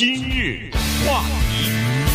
今日话题，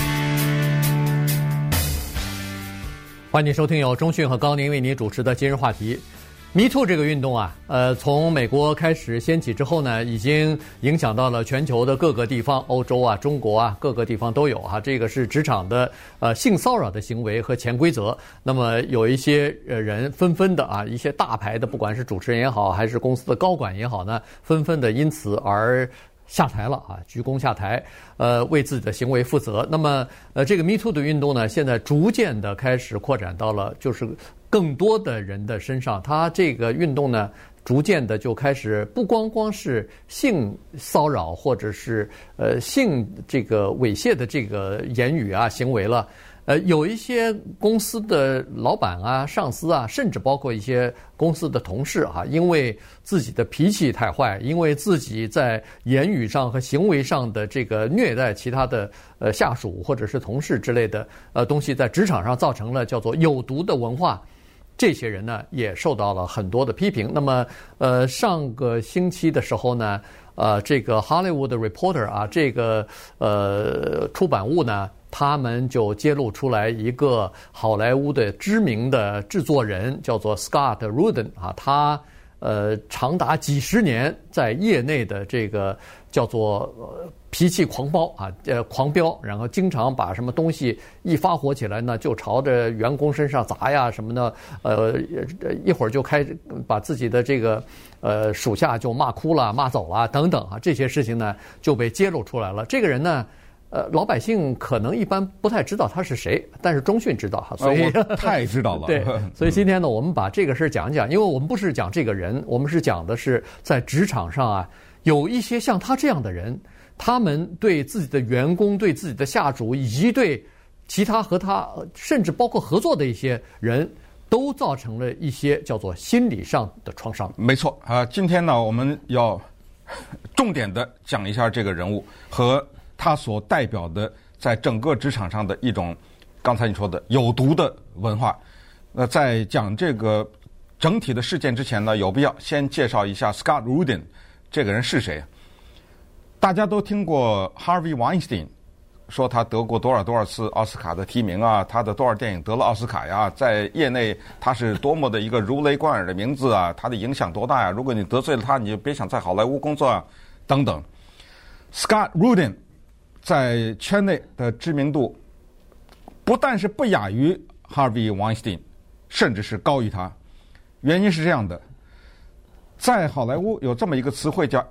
欢迎收听由钟迅和高宁为您主持的今日话题。Me Too 这个运动啊，从美国开始掀起之后呢，已经影响到了全球的各个地方，欧洲啊、中国啊，各个地方都有哈。这个是职场的性骚扰的行为和潜规则。那么有一些人纷纷的啊，一些大牌的，不管是主持人也好，还是公司的高管也好呢，纷纷的因此而下台了啊，鞠躬下台，为自己的行为负责。那么，这个 Me Too 的运动呢，现在逐渐的开始扩展到了就是更多的人的身上。它这个运动呢，逐渐的就开始不光是性骚扰或者是性这个猥亵的这个言语啊行为了。有一些公司的老板啊、上司啊，甚至包括一些公司的同事啊，因为自己的脾气太坏，因为自己在言语上和行为上的这个虐待其他的下属或者是同事之类的东西，在职场上造成了叫做有毒的文化。这些人呢也受到了很多的批评。那么上个星期的时候呢，这个 Hollywood Reporter 啊，这个出版物呢，他们就揭露出来一个好莱坞的知名的制作人，叫做 Scott Rudin 啊，他长达几十年在业内的这个叫做脾气狂暴啊，狂飙，然后经常把什么东西一发火起来呢，就朝着员工身上砸呀什么的，一会儿就把自己的这个属下就骂哭了、骂走了等等啊，这些事情呢就被揭露出来了。这个人呢，老百姓可能一般不太知道他是谁，但是钟迅知道哈，所以我太知道了。 对，所以今天呢，我们把这个事儿讲一讲，因为我们不是讲这个人，我们是讲的是在职场上啊，有一些像他这样的人，他们对自己的员工、对自己的下属，以及对其他和他甚至包括合作的一些人，都造成了一些叫做心理上的创伤。 没错啊，今天呢，我们要重点的讲一下这个人物和他所代表的在整个职场上的一种，刚才你说的有毒的文化。在讲这个整体的事件之前呢，有必要先介绍一下 Scott Rudin 这个人是谁。大家都听过 Harvey Weinstein 说他得过多少次奥斯卡的提名啊，他的多少电影得了奥斯卡呀，在业内他是多么的一个如雷贯耳的名字啊，他的影响多大呀，如果你得罪了他，你就别想在好莱坞工作啊，等等。Scott Rudin 在圈内的知名度不但是不亚于 Harvey Weinstein， 甚至是高于他。原因是这样的，在好莱坞有这么一个词汇叫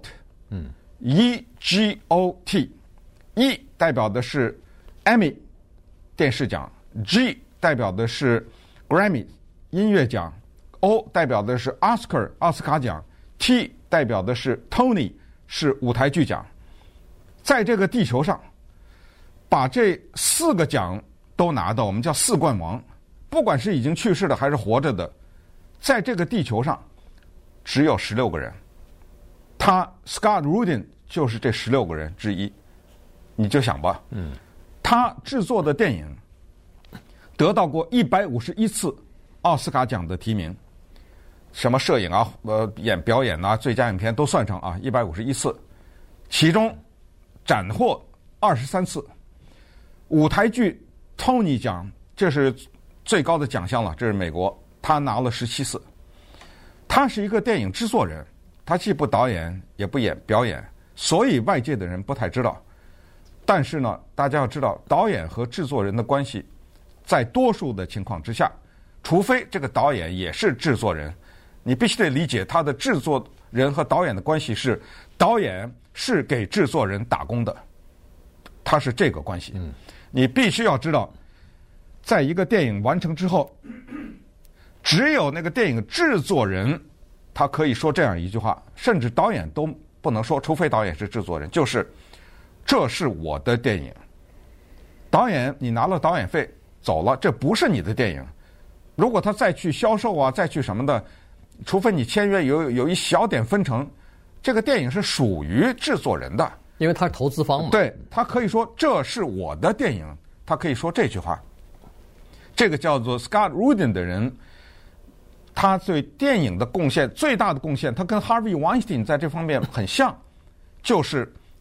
EGOT。E 代表的是 Emmy 电视奖， G 代表的是 Grammy 音乐奖， O 代表的是 Oscar 奥斯卡奖， T 代表的是 Tony 是舞台剧奖。在这个地球上，把这4个奖都拿到，我们叫4冠王，不管是已经去世的还是活着的，在这个地球上只有16个人，他 Scott Rudin 就是这16个人之一。你就想吧，他制作的电影得到过151次奥斯卡奖的提名，什么摄影啊、表演啊、最佳影片都算上啊，151次，其中斩获23次。舞台剧 Tony 奖，这是最高的奖项了，这是美国，他拿了17次。他是一个电影制作人，他既不导演也不表演，所以外界的人不太知道。但是呢，大家要知道，导演和制作人的关系，在多数的情况之下，除非这个导演也是制作人，你必须得理解他的制作人和导演的关系是，导演是给制作人打工的，他是这个关系。你必须要知道，在一个电影完成之后，只有那个电影制作人，他可以说这样一句话，甚至导演都不能说，除非导演是制作人，就是这是我的电影。导演你拿了导演费走了，这不是你的电影。如果他再去销售啊，再去什么的，除非你签约有一小点分成，这个电影是属于制作人的， 因为他是投资方嘛。 对，他可以说这是我的电影，他可以说这句话。这个叫做 Scott Rudin 的人，他对电影的贡献最大的贡献，他跟 Harvey Weinstein 在这方面很像，就是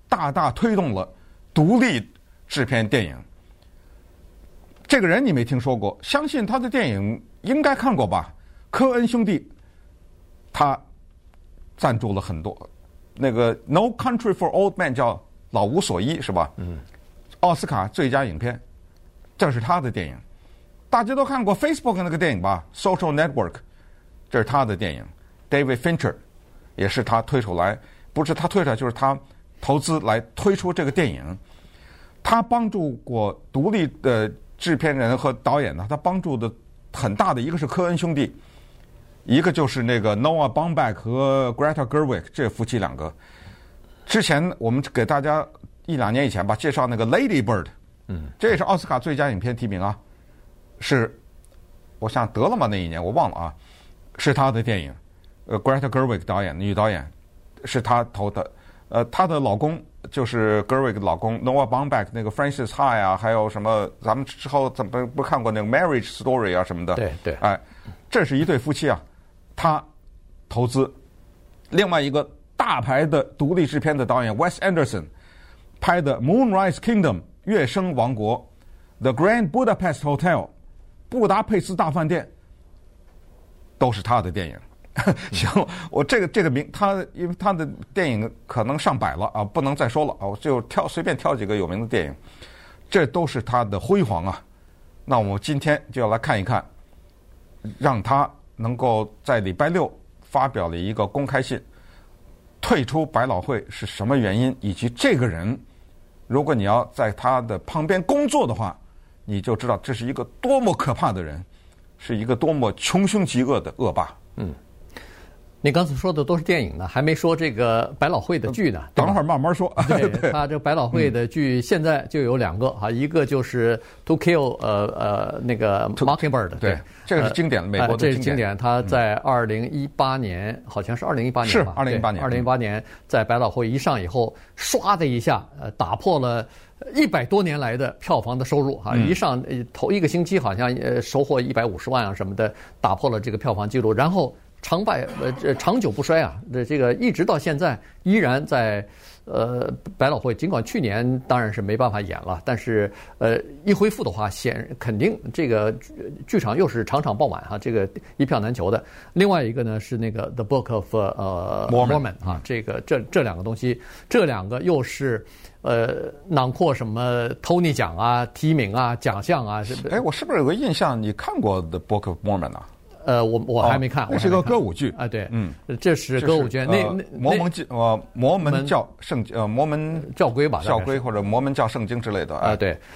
大大推动了独立制片电影。这个人你没听说过，相信他的电影应该看过吧？科恩兄弟，他赞助了很多。那个《No Country for Old Men》叫《老无所依》是吧？奥斯卡最佳影片，这是他的电影。大家都看过 Facebook 那个电影吧，《Social Network》，这是他的电影。David Fincher 也是他推出来，不是他推出来，就是他投资来推出这个电影。他帮助过独立的制片人和导演呢，他帮助的很大的一个是科恩兄弟，一个就是那个 Noah Baumbach 和 Greta Gerwig 这夫妻两个。之前我们给大家1-2年以前吧介绍那个 Lady Bird， 这也是奥斯卡最佳影片提名啊，是我想得了吗？那一年我忘了啊，是他的电影。Greta Gerwig 导演，女导演，是他投的。她的老公就是 Gerwig 的老公 Noah Baumbach， 那个 Francis Ha 啊，还有什么咱们之后怎么不看过那个 Marriage Story 啊什么的？ 对对， 哎，这是一对夫妻啊，他投资。另外一个大牌的独立制片的导演 Wes Anderson 拍的 Moonrise Kingdom 月升王国 The Grand Budapest Hotel 布达佩斯大饭店，都是他的电影。行，我这个名，因为他的电影可能上百了啊，不能再说了啊，我就随便挑几个有名的电影，这都是他的辉煌啊。那我们今天就要来看一看，让他能够在礼拜6发表了一个公开信，退出百老汇是什么原因，以及这个人，如果你要在他的旁边工作的话，你就知道这是一个多么可怕的人，是一个多么穷凶极恶的恶霸。 你刚才说的都是电影呢，还没说这个百老汇的剧呢。 等会儿慢慢说。 对，他这百老汇的剧现在就有2个哈，一个就是《To Kill》那个 Mockingbird， 对，这个是经典的美国的这是经典。他在2018年，好像是2018年吧？ 是2018 年在百老汇一上以后，唰的一下打破了100多年来的票房的收入啊！一上头1个星期好像收获150万啊什么的，打破了这个票房记录，然后长久不衰啊！这个一直到现在依然在百老汇，尽管去年当然是没办法演了，但是一恢复的话，肯定这个剧场又是场场爆满哈，这个一票难求的。另外一个呢是那个 The Book of Mormon 啊，这2个东西，这2个又是囊括什么 Tony 奖啊、提名啊、奖项啊。 哎，我是不是有个印象你看过 The Book of Mormon 啊？ 我还没看， 这是个歌舞剧啊，对，这是歌舞剧， 摩门教圣摩门教规吧， 教规或者摩门教圣经之类的啊，对，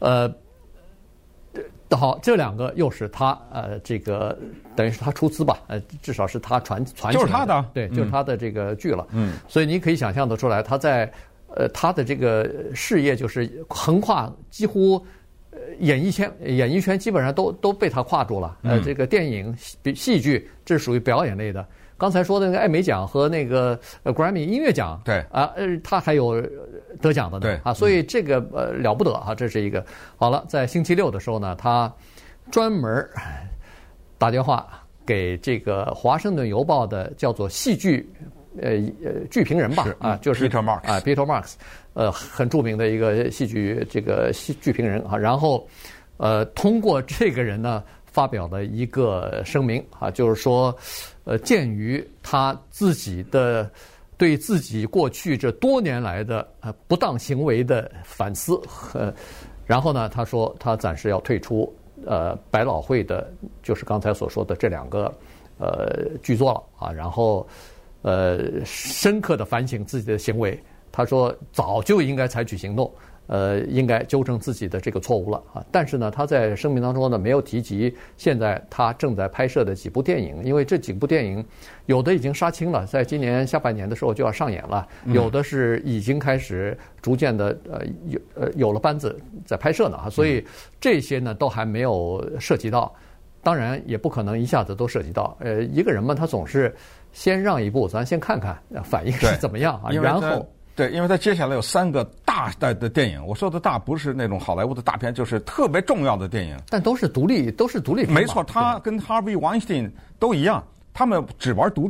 好，这2个又是他这个等于是他出资吧，至少是他传就是他的， 对，就是他的这个剧了，所以你可以想象得出来，他在他的这个事业就是横跨几乎。演艺圈基本上都被他跨住了。这个电影、戏剧，这是属于表演类的。刚才说的那个艾美奖和那个Grammy 音乐奖， 对啊，他还有得奖的呢， 对啊，所以这个了不得啊，这是一个。好了，在星期6的时候呢，他专门打电话给这个《华盛顿邮报》的叫做戏剧剧评人吧，啊，就是 Peter Marks 啊 ，Peter Marks。很著名的一个戏剧评人啊，然后通过这个人呢发表了一个声明啊，就是说鉴于他自己的对自己过去这多年来的不当行为的反思，然后呢他说他暂时要退出百老汇的，就是刚才所说的这2个剧作了啊，然后深刻的反省自己的行为。他说早就应该采取行动，应该纠正自己的这个错误了啊。但是呢，他在声明当中呢没有提及现在他正在拍摄的几部电影，因为这几部电影有的已经杀青了，在今年下半年的时候就要上演了，有的是已经开始逐渐的有了班子在拍摄呢，所以这些呢都还没有涉及到。当然也不可能一下子都涉及到，一个人嘛，他总是先让一步，咱先看看反应是怎么样啊，然后。 对，因为他接下来有3个大的电影，我说的大不是那种好莱坞的大片，就是特别重要的电影， 但都是独立片。 没错，他跟 Harvey Weinstein 都一样，他们只玩独立的，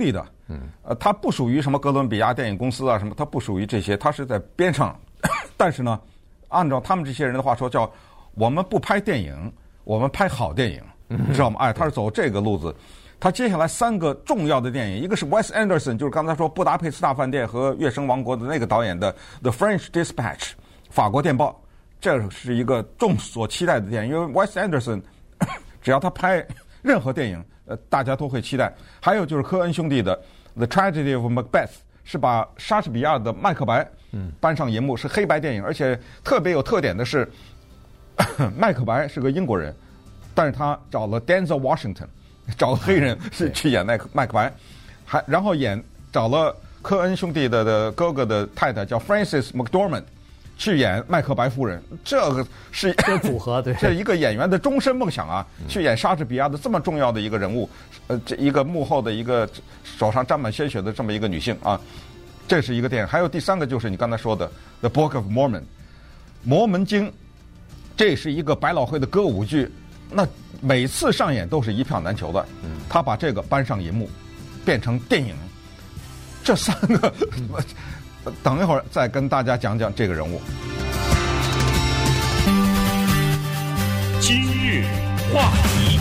它不属于什么哥伦比亚电影公司啊什么，它不属于这些，它是在边上。但是呢，按照他们这些人的话说，叫我们不拍电影，我们拍好电影，知道吗？哎，他是走这个路子。他接下来3个重要的电影，一个是 Wes Anderson， 就是刚才说《布达佩斯大饭店》和《月升王国》的那个导演的《The French Dispatch》法国电报，这是一个众所期待的电影，因为 Wes Anderson 只要他拍任何电影，大家都会期待。还有就是科恩兄弟的《The Tragedy of Macbeth》，是把莎士比亚的《麦克白》搬上银幕，是黑白电影，而且特别有特点的是，麦克白是个英国人，但是他找了 Denzel Washington。找个黑人是去演麦克白，然后找了科恩兄弟的哥哥的太太叫 Frances McDormand 去演麦克白夫人，这个是这组合，对， 这一个演员的终身梦想啊，去演莎士比亚的这么重要的一个人物，这一个幕后的一个手上沾满鲜血的这么一个女性啊，这是一个电影。还有第3个就是你刚才说的 The Book of Mormon， 摩门经，这是一个百老汇的歌舞剧。那每次上演都是一票难求的，他把这个搬上银幕，变成电影。这3个，等一会儿再跟大家讲讲这个人物。 今日话题，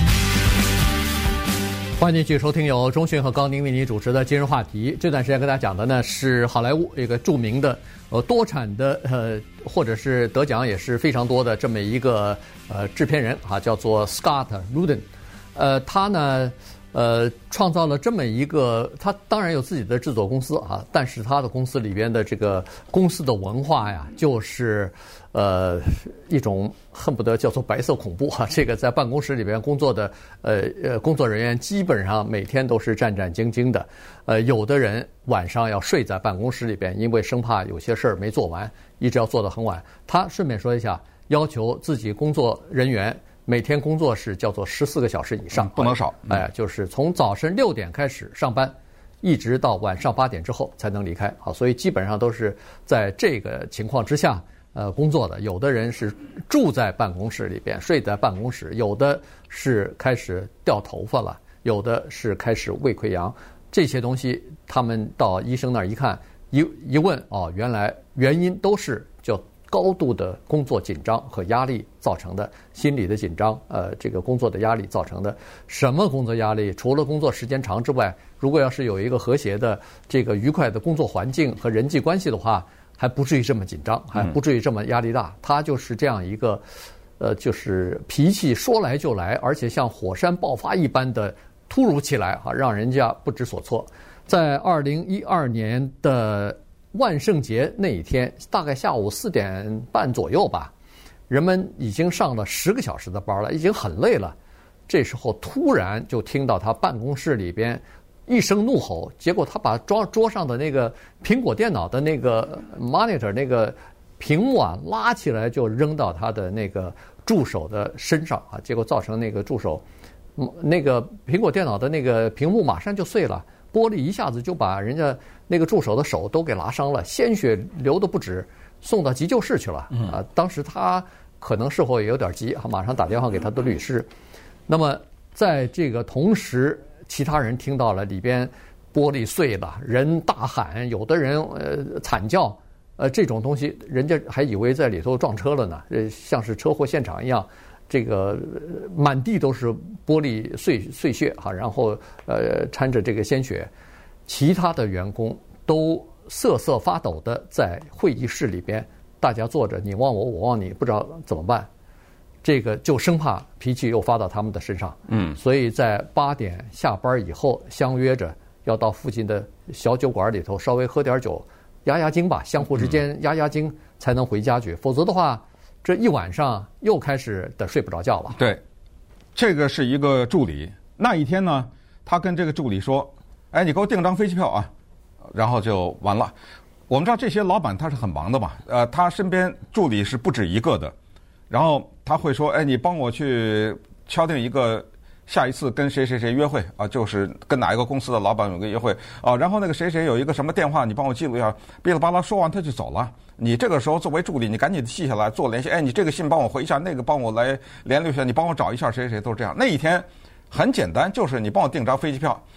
欢迎继续收听由钟迅和高宁为你主持的今日话题。这段时间跟大家讲的呢是好莱坞一个著名的多产的或者是得奖也是非常多的这么一个制片人啊，叫做 Scott Rudin。他呢创造了这么一个，他当然有自己的制作公司啊，但是他的公司里边的这个公司的文化呀，就是一种恨不得叫做白色恐怖啊。这个在办公室里边工作的工作人员基本上每天都是战战兢兢的，有的人晚上要睡在办公室里边，因为生怕有些事儿没做完，一直要做到很晚。他顺便说一下，要求自己工作人员每天工作是叫做14个小时以上， 不能少。 哎，就是从早晨6点开始上班，一直到晚上8点之后才能离开啊。所以基本上都是在这个情况之下工作的。有的人是住在办公室里边，睡在办公室；有的是开始掉头发了，有的是开始胃溃疡。这些东西他们到医生那儿一看，一问哦，原来原因都是叫高度的工作紧张和压力造成的，心理的紧张，这个工作的压力造成的。什么工作压力？除了工作时间长之外，如果要是有一个和谐的、这个愉快的工作环境和人际关系的话，还不至于这么紧张，还不至于这么压力大。他就是这样一个，就是脾气说来就来，而且像火山爆发一般的突如其来啊，让人家不知所措。在2012年的万圣节那一天，大概下午4点半左右吧，人们已经上了10个小时的班了，已经很累了。这时候突然就听到他办公室里边一声怒吼，结果他把桌上的那个苹果电脑的那个 monitor 那个屏幕啊拉起来就扔到他的那个助手的身上啊，结果造成那个助手那个苹果电脑的那个屏幕马上就碎了。玻璃一下子就把人家那个助手的手都给拉伤了，鲜血流得不止，送到急救室去了。啊，当时他可能事后也有点急，马上打电话给他的律师。那么在这个同时，其他人听到了里边玻璃碎了，人大喊，有的人惨叫，这种东西，人家还以为在里头撞车了呢，像是车祸现场一样。这个满地都是玻璃碎屑哈，然后掺着这个鲜血，其他的员工都瑟瑟发抖的在会议室里边，大家坐着，你望我，我望你，不知道怎么办。这个就生怕脾气又发到他们的身上，所以在8点下班以后，相约着要到附近的小酒馆里头稍微喝点酒，压压惊吧，相互之间压压惊，才能回家去，否则的话。这一晚上又开始的睡不着觉了。 对，这个是一个助理。那一天呢，他跟这个助理说：“哎，你给我订张飞机票啊。”然后就完了。我们知道这些老板他是很忙的嘛，他身边助理是不止一个的。然后他会说：“哎，你帮我去敲定一个下一次跟谁谁谁约会啊，就是跟哪一个公司的老板有个约会啊。然后那个谁谁有一个什么电话，你帮我记录一下。”哔哩吧啦说完他就走了。你这个时候作为助理，你赶紧记下来做联系。哎，你这个信帮我回一下，那个帮我来联络一下，你帮我找一下谁谁都是这样。那一天很简单，就是你帮我订张飞机票。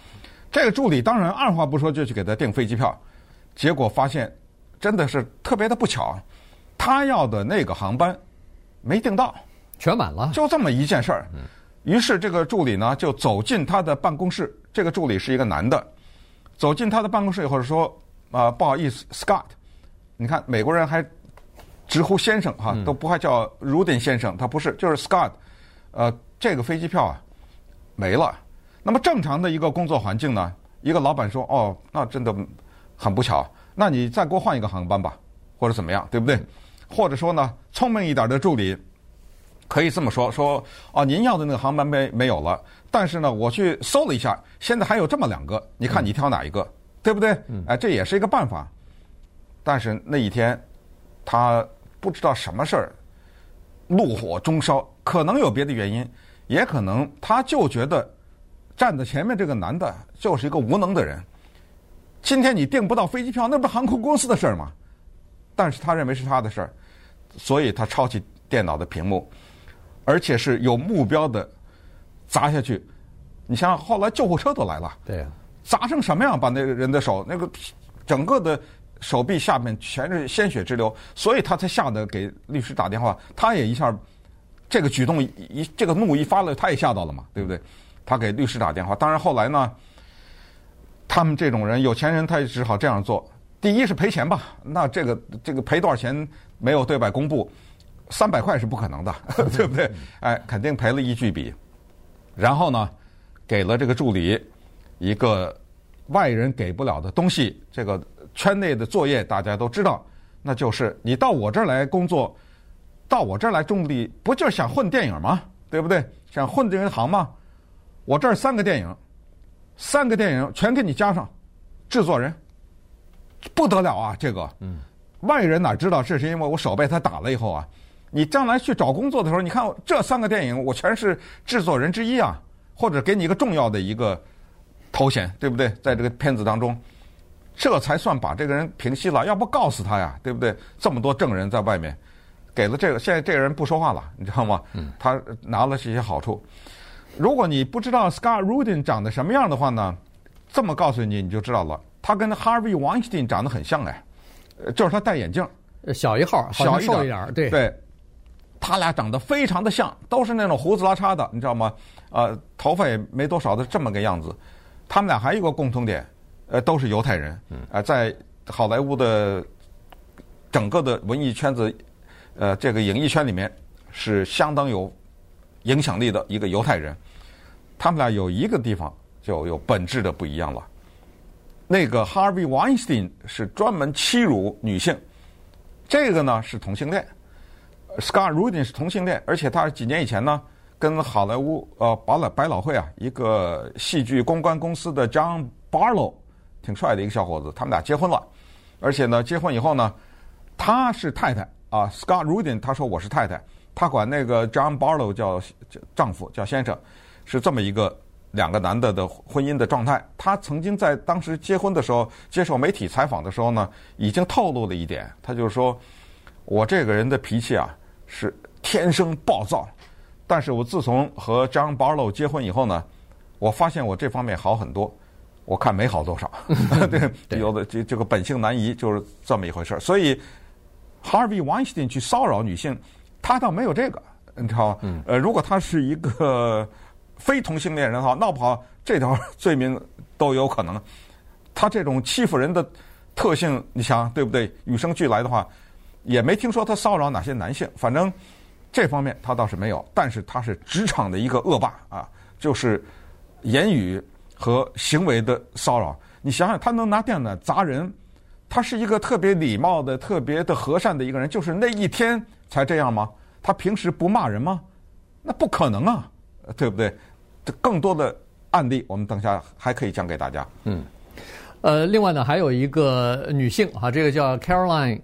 这个助理当然二话不说就去给他订飞机票，结果发现真的是特别的不巧，他要的那个航班没订到， 全满了， 就这么一件事儿。于是这个助理呢就走进他的办公室，这个助理是一个男的，走进他的办公室以后说不好意思 Scott， 你看美国人还直呼先生哈，都不还叫 Rudin 先生，他不是，就是 Scott， 这个飞机票啊没了。那么正常的一个工作环境呢，一个老板说哦，那真的很不巧，那你再给我换一个航班吧，或者怎么样，对不对？或者说呢，聪明一点的助理可以这么说哦，您要的那个航班没有了，但是呢，我去搜了一下，现在还有这么2个，你看你挑哪一个，对不对？这也是一个办法。但是那一天他不知道什么事儿，怒火中烧，可能有别的原因，也可能他就觉得站在前面这个男的就是一个无能的人。今天你订不到飞机票，那不是航空公司的事儿吗？但是他认为是他的事儿，所以他抄起电脑的屏幕，而且是有目标的砸下去。你想想，后来救护车都来了， 对， 砸成什么样？把那个人的手，那个整个的手臂下面全是鲜血直流，所以他才吓得给律师打电话。他也一下这个举动这个怒一发了，他也吓到了嘛，对不对？他给律师打电话。当然后来呢，他们这种人，有钱人他也只好这样做。第一是赔钱吧，那这个赔多少钱没有对外公布，300块是不可能的，对不对？肯定赔了一巨笔。然后呢，给了这个助理一个外人给不了的东西，这个圈内的作业大家都知道，那就是你到我这儿来工作，到我这儿来种地，不就是想混电影吗？对不对？想混这一行吗？我这儿3个电影全给你加上，制作人不得了啊！这个，外人哪知道这是因为我手被他打了以后啊，你将来去找工作的时候，你看这3个电影我全是制作人之一啊，或者给你一个重要的一个头衔，对不对？在这个片子当中，这才算把这个人平息了，要不告死他呀，对不对？这么多证人在外面，给了这个，现在这个人不说话了，你知道吗？他拿了这些好处。如果你不知道 Scott Rudin 长得什么样的话呢，这么告诉你，你就知道了。他跟 Harvey Weinstein 长得很像就是他戴眼镜， 小一号，好像瘦一点， 对，他俩长得非常的像，都是那种胡子拉碴的，你知道吗？头发也没多少的这么个样子。他们俩还有一个共同点，都是犹太人。在好莱坞的整个的文艺圈子，这个影艺圈里面是相当有影响力的一个犹太人。他们俩有一个地方就有本质的不一样了。那个 Harvey Weinstein 是专门欺辱女性，这个呢是同性恋。Scott Rudin 是同性恋，而且他几年以前呢，跟好莱坞百老汇一个戏剧公关公司的 John Barlow 挺帅的一个小伙子，他们俩结婚了。而且呢，结婚以后呢，他是太太Scott Rudin 他说我是太太，他管那个 John Barlow 叫丈夫，叫先生，是这么一个2个男的婚姻的状态。他曾经在当时结婚的时候接受媒体采访的时候呢，已经透露了一点，他就是说我这个人的脾气是天生暴躁，但是我自从和 John Barlow 结婚以后呢，我发现我这方面好很多，我看没好多少。对，有的这个本性难移，就是这么一回事。所以 Harvey Weinstein 去骚扰女性，他倒没有这个，你知道吗？如果他是一个非同性恋人闹不好这条罪名都有可能。他这种欺负人的特性，你想对不对？与生俱来的话，也没听说他骚扰哪些男性，反正这方面他倒是没有。但是他是职场的一个恶霸就是言语和行为的骚扰。你想想，他能拿电脑砸人，他是一个特别礼貌的、特别的和善的一个人，就是那一天才这样吗？他平时不骂人吗？那不可能啊，对不对？这更多的案例，我们等下还可以讲给大家。 另外呢，还有一个女性这个叫 Caroline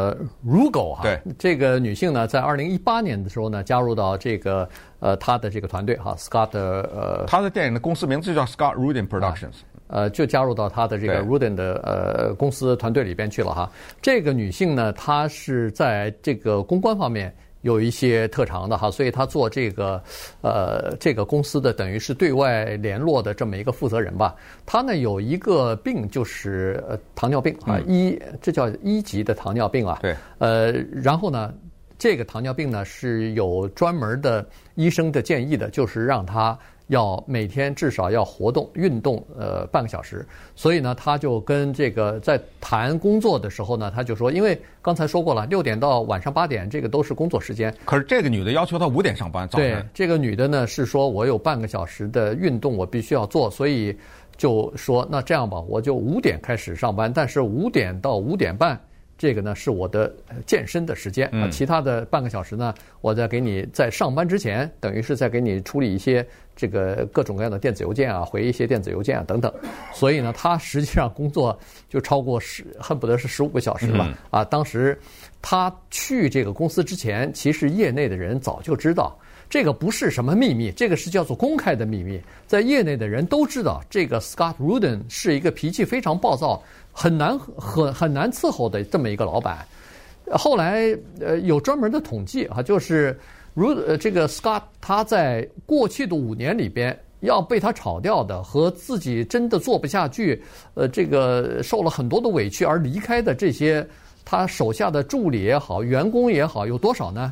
Rugo 对， 这个女性呢，在2018年的时候呢，加入到这个她的这个团队Scott 她的电影的公司名字就叫 Scott Rudin Productions， 就加入到她的这个 Rudin 的公司团队里边去了这个女性呢，她是在这个公关方面有一些特长的哈，所以他做这个公司的等于是对外联络的这么一个负责人吧。他呢有一个病就是糖尿病啊，这叫1级的糖尿病啊。 对。 然后呢，这个糖尿病呢是有专门的医生的建议的，就是让他要每天至少要运动半个小时。所以呢，他就跟这个在谈工作的时候呢，他就说，因为刚才说过了，6点到晚上8点这个都是工作时间。 可是这个女的要求她5点上班，早晨。 对，这个女的呢是说我有半个小时的运动我必须要做，所以就说那这样吧，我就5点开始上班，但是5点到5点半。这个呢是我的健身的时间啊，其他的半个小时呢，我再给你在上班之前，等于是在给你处理一些这个各种各样的电子邮件啊，回一些电子邮件啊等等。所以呢，他实际上工作就超过恨不得是15个小时了啊。当时他去这个公司之前，其实业内的人早就知道。这个不是什么秘密，这个是叫做公开的秘密，在业内的人都知道，这个 Scott Rudin 是一个脾气非常暴躁、很难伺候的这么一个老板。后来有专门的统计啊，就是这个 Scott 他在过去的5年里边，要被他炒掉的和自己真的做不下去，这个受了很多的委屈而离开的这些他手下的助理也好、员工也好，有多少呢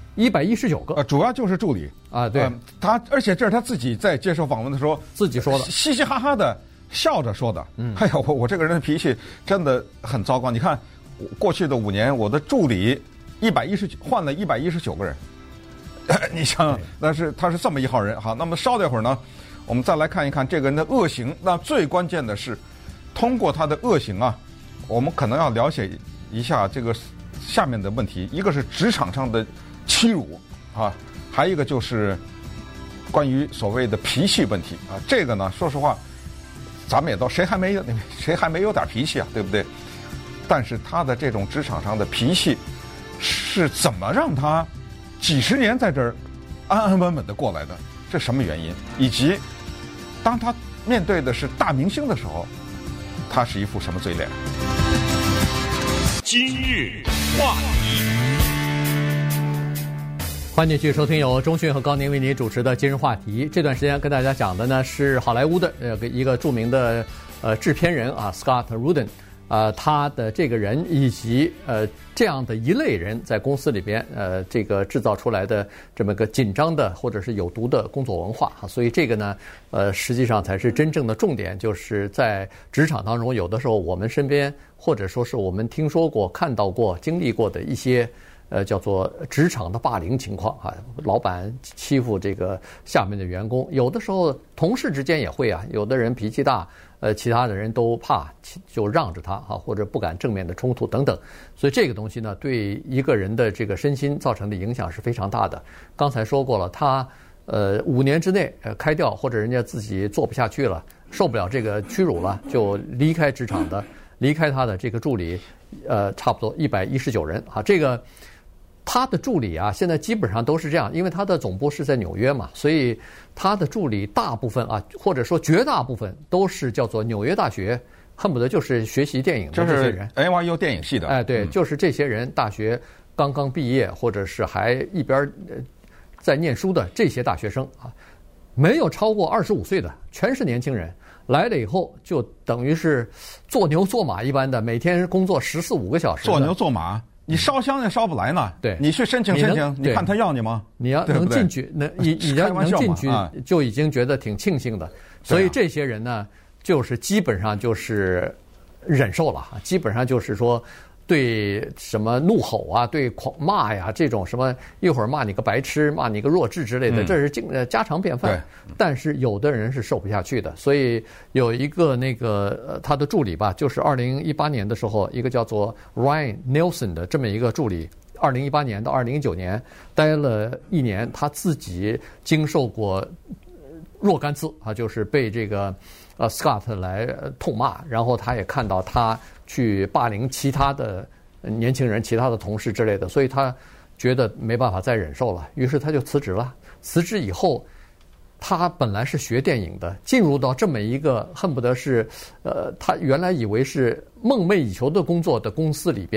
？119个， 主要就是助理啊，对， 而且这是他自己在接受访问的时候自己说的， 嘻嘻哈哈的笑着说的。哎呀，我这个人的脾气真的很糟糕。你看，过去的5年，我的助理换了119个人，你想，他是这么一号人。好，那么稍等一会儿呢，我们再来看一看这个人的恶行。那最关键的是，通过他的恶行啊，我们可能要了解一下这个下面的问题，一个是职场上的欺辱啊，还有一个就是关于所谓的脾气问题啊。这个呢，说实话，咱们也谁还没有点脾气啊，对不对？但是他的这种职场上的脾气是怎么让他几十年在这儿安安稳稳的过来的？这什么原因？以及当他面对的是大明星的时候，他是一副什么嘴脸？ 今日话题。 欢迎继续收听由钟迅和高宁为您主持的今日话题。这段时间跟大家讲的呢是好莱坞的一个著名的制片人啊 Scott Rudin， 他的这个人以及这样的一类人在公司里边这个制造出来的这么个紧张的或者是有毒的工作文化啊，所以这个呢实际上才是真正的重点，就是在职场当中，有的时候我们身边或者说是我们听说过、看到过、经历过的一些。叫做职场的霸凌情况啊，老板欺负这个下面的员工，有的时候同事之间也会啊，有的人脾气大，其他的人都怕就让着他啊，或者不敢正面的冲突等等，所以这个东西呢，对一个人的这个身心造成的影响是非常大的。刚才说过了，他5年之内开掉，或者人家自己做不下去了，受不了这个屈辱了，就离开职场的，离开他的这个助理，差不多119人啊，这个。他的助理啊，现在基本上都是这样，因为他的总部是在纽约嘛，所以他的助理大部分啊，或者说绝大部分都是叫做纽约大学，恨不得就是学习电影的这些人。 NYU 电影系的。 哎，对，就是这些人大学刚刚毕业，或者是还一边在念书的这些大学生啊，没有超过25岁的，全是年轻人。来了以后，就等于是做牛做马一般的，每天工作14、15个小时。 做牛做马。你烧香也烧不来呢。 对， 你去申请，你看他要你吗？ 你要能进去，你要能进去，就已经觉得挺庆幸的。所以这些人呢，就是基本上就是忍受了，基本上就是说对什么怒吼啊，对狂骂呀，这种什么一会儿骂你个白痴，骂你个弱智之类的，这是家常便饭。但是有的人是受不下去的，所以有一个他的助理吧，就是2018年的时候，一个叫做 Ryan Nielsen 的这么一个助理，2018年到2019年待了1年，他自己经受过若干次啊，就是被这个Scott 来痛骂，然后他也看到他去霸凌其他的年轻人、其他的同事之类的，所以他觉得没办法再忍受了，于是他就辞职了。辞职以后，他本来是学电影的，进入到这么一个恨不得是他原来以为是梦寐以求的工作的公司里边，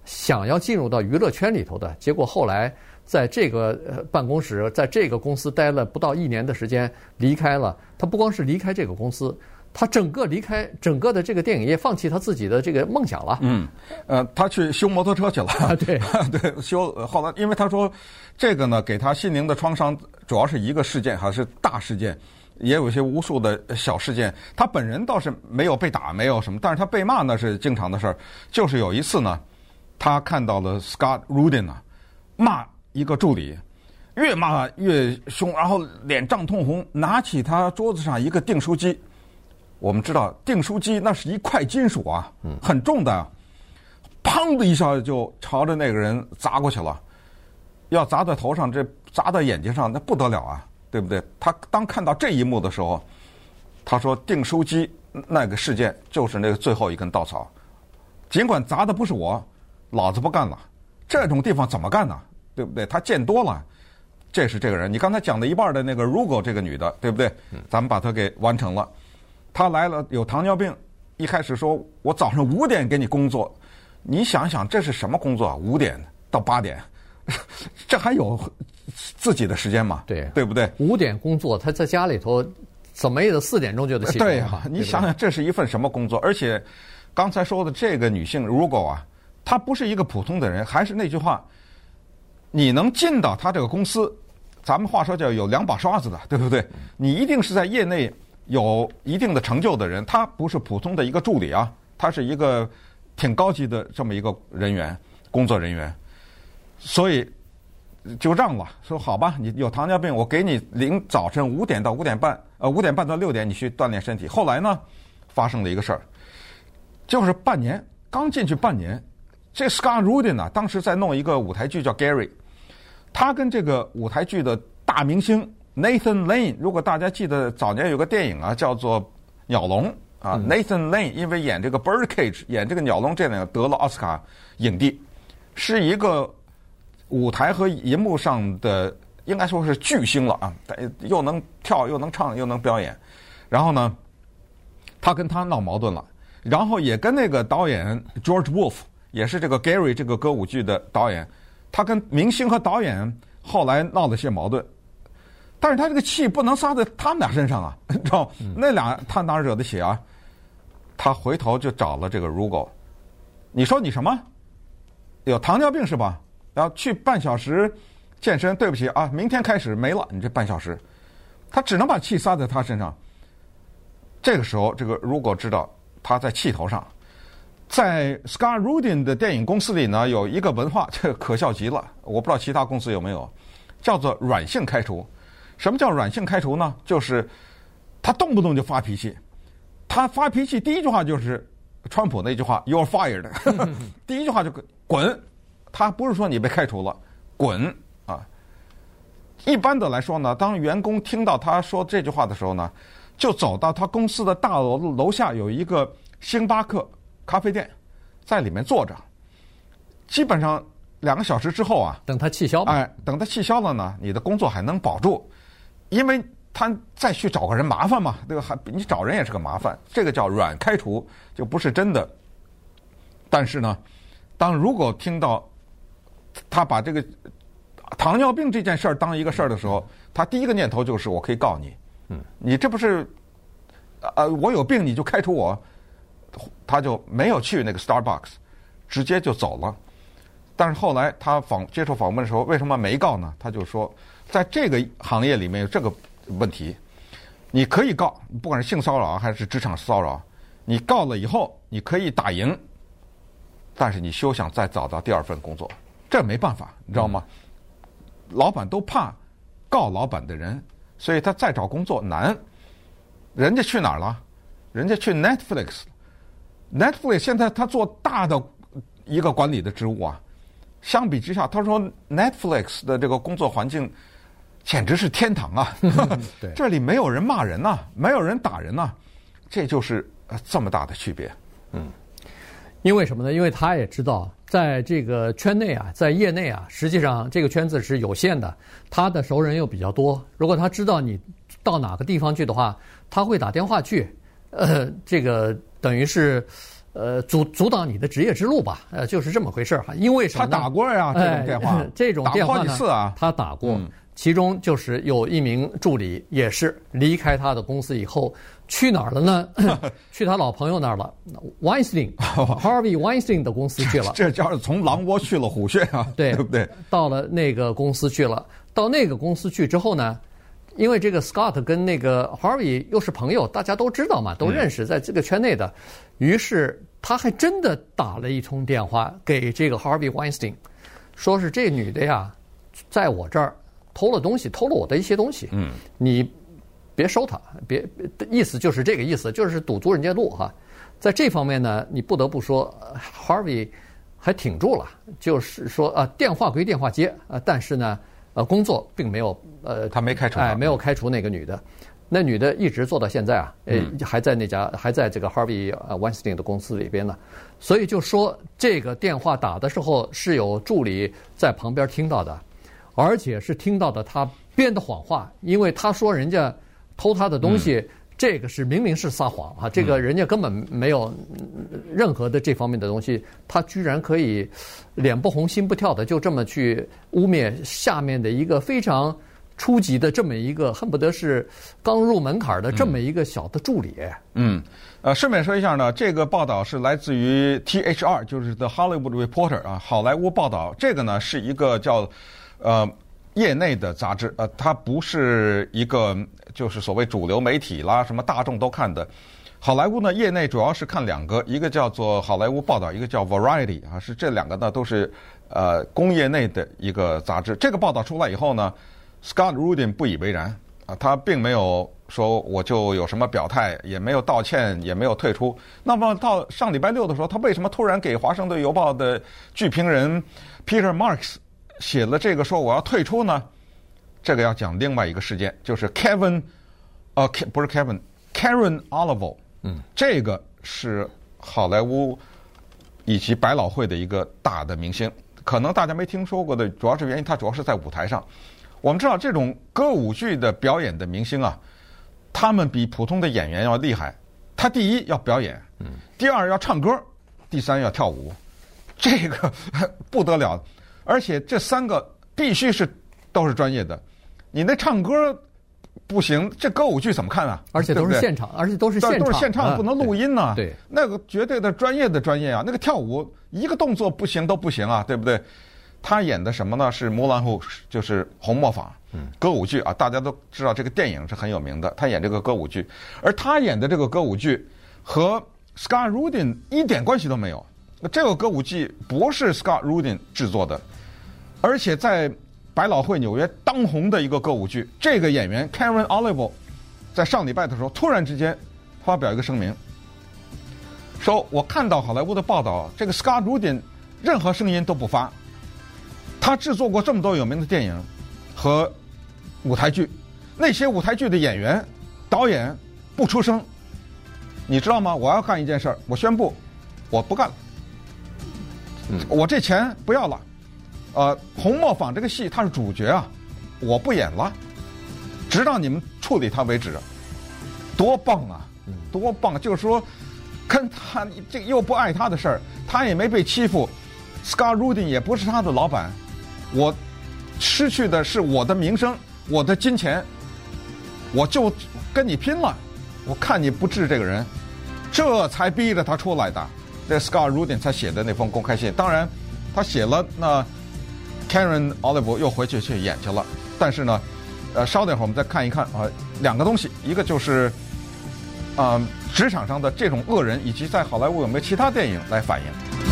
想要进入到娱乐圈里头的，结果后来在这个办公室，在这个公司待了不到1年的时间，离开了。他不光是离开这个公司，他整个离开整个的这个电影业，放弃他自己的这个梦想了。 他去修摩托车去了。 对对，修。后来因为他说这个呢，给他心灵的创伤主要是一个事件，还是大事件。也有一些无数的小事件，他本人倒是没有被打，没有什么，但是他被骂那是经常的事儿。就是有一次呢，他看到了 Scott Rudin 呢骂一个助理，越骂越凶，然后脸涨通红，拿起他桌子上一个订书机。我们知道订书机那是一块金属啊，很重的，砰的一下就朝着那个人砸过去了，要砸在头上，这砸在眼睛上，那不得了啊！对不对？他当看到这一幕的时候，他说订书机那个事件就是那个最后一根稻草。尽管砸的不是我，老子不干了。这种地方怎么干呢？对不对？他见多了。这是这个人。你刚才讲的一半的那个 Rugo 这个女的，对不对？咱们把她给完成了。她来了，有糖尿病。一开始说我早上5点给你工作，你想想这是什么工作啊？5点到8点。这还有自己的时间嘛？对不对 ？5点工作，他在家里头怎么也得4点钟就得起床。 对呀，你想想这是一份什么工作？而且刚才说的这个女性，如果啊，她不是一个普通的人，还是那句话，你能进到她这个公司，咱们话说叫有2把刷子的，对不对？你一定是在业内有一定的成就的人，她不是普通的一个助理啊，她是一个挺高级的这么一个人员，工作人员。所以就让了，说好吧，你有糖尿病，我给你早晨5点到5点半，5点半到6点你去锻炼身体。后来呢，发生了一个事儿，就是半年刚进去半年，这 Scott Rudin 呢，当时在弄一个舞台剧叫 Gary， 他跟这个舞台剧的大明星 Nathan Lane， 如果大家记得早年有个电影啊，叫做《鸟笼》啊，Nathan Lane 因为演这个 Birdcage， 演这个鸟笼这样得了奥斯卡影帝，是一个舞台和银幕上的应该说是巨星了啊，又能跳又能唱又能表演。然后呢，他跟他闹矛盾了，然后也跟那个导演 George Wolf， 也是这个 Gary 这个歌舞剧的导演，他跟明星和导演后来闹了些矛盾。但是他这个气不能撒在他们俩身上啊，你知道那俩他哪惹得起啊？他回头就找了这个 Rugo， 你说你什么？有糖尿病是吧？然后去半小时健身，对不起啊，明天开始没了，你这半小时，他只能把气撒在他身上。这个时候，这个如果知道他在气头上，在 Scott Rudin 的电影公司里呢，有一个文化，这个可笑极了，我不知道其他公司有没有，叫做软性开除。什么叫软性开除呢？就是他动不动就发脾气，他发脾气第一句话就是川普那句话 "You're fired"， 第一句话就滚。他不是说你被开除了，滚啊！一般的来说呢，当员工听到他说这句话的时候呢，就走到他公司的大楼下有一个星巴克咖啡店，在里面坐着。基本上2个小时之后啊， 等他气消。 等他气消了呢，你的工作还能保住，因为他再去找个人麻烦嘛，对吧？你找人也是个麻烦，这个叫软开除，就不是真的。但是呢，如果听到他把这个糖尿病这件事儿当一个事儿的时候，他第一个念头就是我可以告你，你这不是我有病你就开除我，他就没有去那个 Starbucks， 直接就走了。但是后来他接受访问的时候，为什么没告呢？他就说，在这个行业里面有这个问题，你可以告，不管是性骚扰还是职场骚扰，你告了以后你可以打赢，但是你休想再找到第2份工作。这没办法，你知道吗？老板都怕告老板的人，所以他再找工作难。人家去哪儿了？人家去 Netflix。Netflix 现在他做大的一个管理的职务啊。相比之下，他说 Netflix 的这个工作环境简直是天堂啊！这里没有人骂人呐，没有人打人呐，这就是这么大的区别。 因为什么呢？因为他也知道，在这个圈内啊，在业内啊，实际上这个圈子是有限的，他的熟人又比较多。如果他知道你到哪个地方去的话，他会打电话去，这个等于是阻挡你的职业之路吧，就是这么回事哈。因为什么呢？ 他打过呀，这种电话， 这种电话呢， 打过好几次啊， 他打过。其中就是有一名助理也是离开他的公司以后去哪儿了呢？去他老朋友那儿了 ，Harvey Weinstein 的公司去了。 这叫从狼窝去了虎穴啊，对不对？ 到了那个公司去了。到那个公司去之后呢，因为这个 Scott 跟那个 Harvey 又是朋友，大家都知道嘛，都认识，在这个圈内的。于是他还真的打了一通电话给这个 Harvey Weinstein， 说是这女的呀，在我这儿偷了东西，偷了我的一些东西。你别收他，别，意思就是这个意思，就是堵足人家路哈。在这方面呢，你不得不说 ，Harvey 还挺住了，就是说电话归电话接但是呢，工作并没有他没开除， 没有开除那个女的。那女的一直做到现在啊，还在这个 Harvey Weinstein 的公司里边呢。所以就说这个电话打的时候是有助理在旁边听到的。而且是听到的他编的谎话，因为他说人家偷他的东西，这个是明明是撒谎啊，这个人家根本没有任何的这方面的东西，他居然可以脸不红心不跳的就这么去污蔑下面的一个非常初级的这么一个恨不得是刚入门槛的这么一个小的助理。 顺便说一下呢，这个报道是来自于 THR， 就是 The Hollywood Reporter 啊，好莱坞报道。这个呢是一个叫业内的杂志，它不是一个就是所谓主流媒体啦，什么大众都看的。好莱坞呢，业内主要是看两个，一个叫做好莱坞报道，一个叫 Variety 啊，是这两个呢都是工业内的一个杂志。这个报道出来以后呢 ，Scott Rudin 不以为然啊，他并没有说我就有什么表态，也没有道歉，也没有退出。那么到上礼拜六的时候，他为什么突然给《华盛顿邮报》的剧评人 Peter Marks写了这个说我要退出呢？这个要讲另外一个事件，就是 Karen Oliver，这个是好莱坞以及百老汇的一个大的明星，可能大家没听说过的，主要是原因他主要是在舞台上。我们知道这种歌舞剧的表演的明星啊，他们比普通的演员要厉害。他第一要表演，第二要唱歌，第三要跳舞，这个不得了。而且这三个必须都是专业的，你那唱歌不行，这歌舞剧怎么看啊？ 而且都是现场，而且都是现场，不能录音呢。 对， 那个绝对的专业啊，那个跳舞一个动作不行都不行啊，对不对？他演的什么呢？是《木兰后》，就是《红磨坊》歌舞剧啊，大家都知道这个电影是很有名的。他演这个歌舞剧，而他演的这个歌舞剧和 Scott Rudin 一点关系都没有。这个歌舞剧不是 Scott Rudin 制作的，而且在百老汇纽约当红的一个歌舞剧，这个演员 Karen Oliver 在上礼拜的时候突然之间发表一个声明，说我看到好莱坞的报道，这个 Scott Rudin 任何声音都不发，他制作过这么多有名的电影和舞台剧，那些舞台剧的演员导演不出声，你知道吗？我要干一件事儿，我宣布我不干了，我这钱不要了。红磨坊这个戏他是主角啊，我不演了，直到你们处理他为止。多棒啊，多棒！就是说，跟他这又不爱他的事儿，他也没被欺负 ，Scott Rudin 也不是他的老板，我失去的是我的名声，我的金钱，我就跟你拼了！我看你不治这个人，这才逼着他出来的。这 Scott Rudin 才写的那封公开信，当然他写了那。Karen Oliver 又回去演去了，但是呢，稍等一会儿我们再看一看两个东西，一个就是职场上的这种恶人，以及在好莱坞有没有其他电影来反映。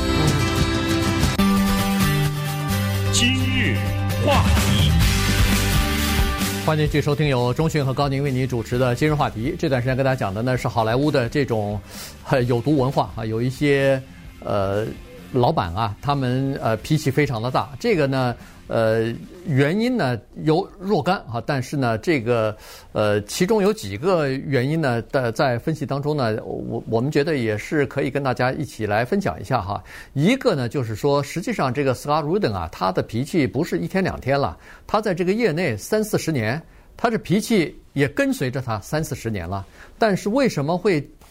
今日话题， 欢迎继续收听由钟迅和高宁为你主持的今日话题。这段时间跟大家讲的呢是好莱坞的这种有毒文化啊，有一些老板啊，他们脾气非常的大。这个呢，原因呢有若干啊，但是呢，这个其中有几个原因呢，在分析当中呢，我们觉得也是可以跟大家一起来分享一下哈。一个呢，就是说，实际上这个 Scott Rudin 啊，他的脾气不是一天两天了，他在这个业内30-40年，他这脾气也跟随着他30-40年了。但是为什么会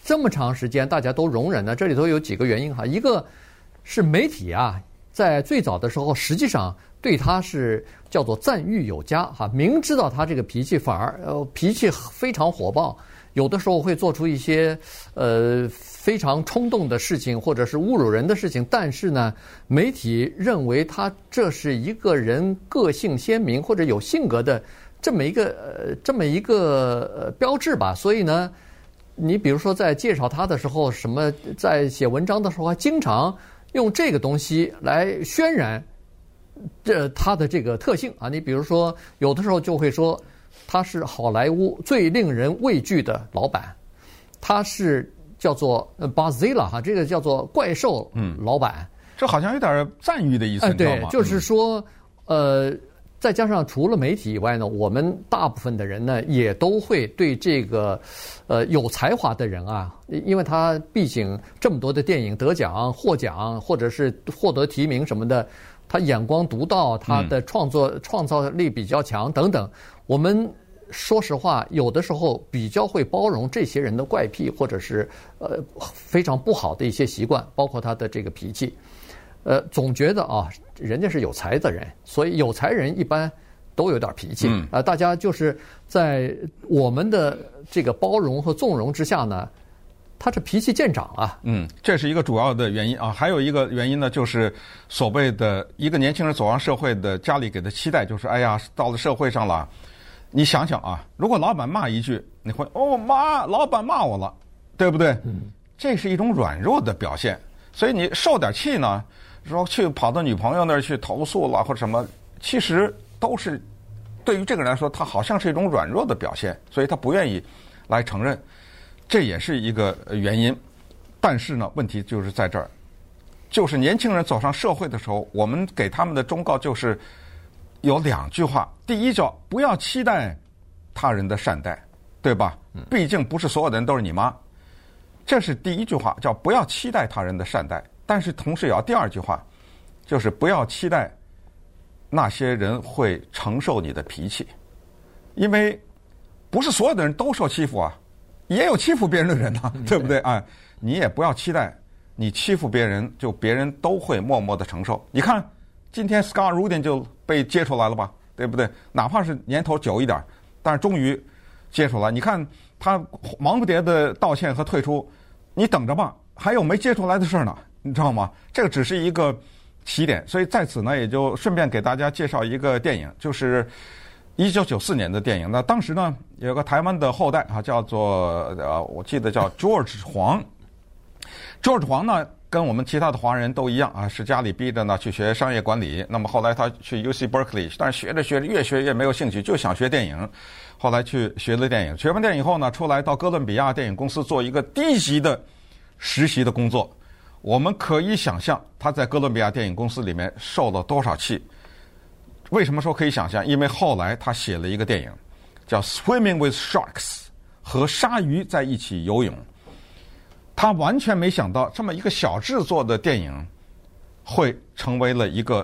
这么长时间大家都容忍呢？这里头有几个原因哈，一个是媒体啊，在最早的时候实际上对他是叫做赞誉有加哈，明知道他这个脾气反而脾气非常火爆，有的时候会做出一些非常冲动的事情，或者是侮辱人的事情，但是呢，媒体认为他这是一个人个性鲜明或者有性格的这么一个标志吧，所以呢，你比如说在介绍他的时候，什么在写文章的时候，还经常用这个东西来渲染他的这个特性啊。你比如说，有的时候就会说他是好莱坞最令人畏惧的老板，他是叫做 Godzilla 哈，这个叫做怪兽老板， 这好像有点赞誉的意思，你知道吗？ 对，就是说再加上除了媒体以外呢，我们大部分的人呢也都会对这个有才华的人啊，因为他毕竟这么多的电影得奖、获奖，或者是获得提名什么的，他眼光独到，他的创造力比较强等等。我们说实话，有的时候比较会包容这些人的怪癖，或者是非常不好的一些习惯，包括他的这个脾气。总觉得啊，人家是有才的人，所以有才人一般都有点脾气大家就是在我们的这个包容和纵容之下呢，他这脾气见长啊。 这是一个主要的原因啊。还有一个原因呢，就是所谓的一个年轻人走上社会的家里给的期待，就是哎呀，到了社会上了，你想想啊，如果老板骂一句，你会妈，老板骂我了，对不对？这是一种软弱的表现，所以你受点气呢，说去跑到女朋友那儿去投诉了或者什么，其实都是对于这个人来说，他好像是一种软弱的表现，所以他不愿意来承认，这也是一个原因。但是呢，问题就是在这儿，就是年轻人走上社会的时候，我们给他们的忠告就是有2句话。第一叫不要期待他人的善待，对吧？毕竟不是所有的人都是你妈，这是第一句话，叫不要期待他人的善待。但是同时也要第2句话，就是不要期待那些人会承受你的脾气，因为不是所有的人都受欺负啊，也有欺负别人的人啊，对不对？哎，你也不要期待你欺负别人，就别人都会默默的承受。你看，今天 Scott Rudin 就被揭出来了吧，对不对？哪怕是年头久一点，但是终于揭出来。你看他忙不迭的道歉和退出，你等着吧，还有没揭出来的事儿呢，你知道吗？这个只是一个起点。所以在此呢，也就顺便给大家介绍一个电影，就是1994年的电影。那当时呢，有个台湾的后代啊，叫做我记得叫 George 黄。George 黄呢，跟我们其他的华人都一样啊，是家里逼着呢去学商业管理。那么后来他去 UC Berkeley， 但是学着学着越学越没有兴趣，就想学电影。后来去学了电影，学完电影以后呢，出来到哥伦比亚电影公司做一个低级的实习的工作。我们可以想象他在哥伦比亚电影公司里面受了多少气。为什么说可以想象？因为后来他写了一个电影叫 Swimming with Sharks， 和鲨鱼在一起游泳。他完全没想到这么一个小制作的电影会成为了一个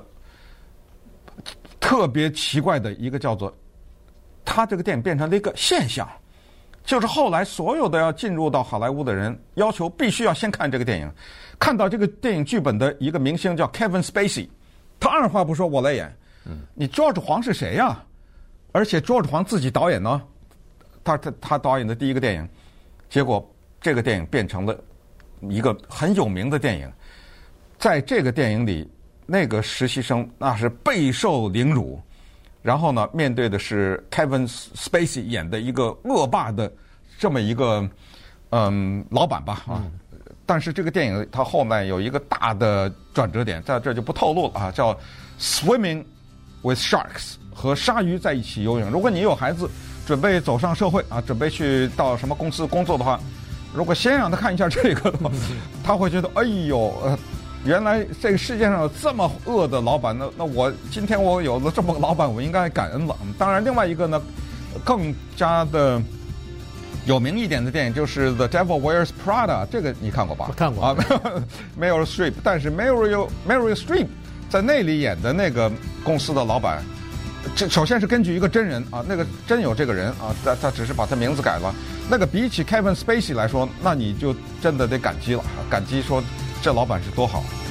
特别奇怪的一个叫做，他这个电影变成了一个现象，就是后来所有的要进入到好莱坞的人要求必须要先看这个电影，看到这个电影剧本的一个明星叫 Kevin Spacey， 他二话不说我来演。你 George 黄是谁呀？而且 George 黄自己导演呢，他导演的第一个电影，结果这个电影变成了一个很有名的电影。在这个电影里，那个实习生那是备受凌辱，然后呢，面对的是 Kevin Spacey 演的一个恶霸的这么一个老板吧啊。但是这个电影它后面有一个大的转折点，在这就不透露了啊，叫 Swimming with Sharks， 和鲨鱼在一起游泳。如果你有孩子准备走上社会啊，准备去到什么公司工作的话，如果先让他看一下这个的话，他会觉得哎呦原来这个世界上有这么恶的老板，那我今天我有了这么个老板，我应该感恩了。当然另外一个呢，更加的有名一点的电影就是 The Devil Wears Prada， 这个你看过吧？ 我看过啊，Meryl Streep， 但是 Meryl Streep 在那里演的那个公司的老板， 这首先是根据一个真人啊，那个真有这个人啊，他只是把他名字改了。那个比起 Kevin Spacey 来说，那你就真的得感激了，感激说这老板是多好。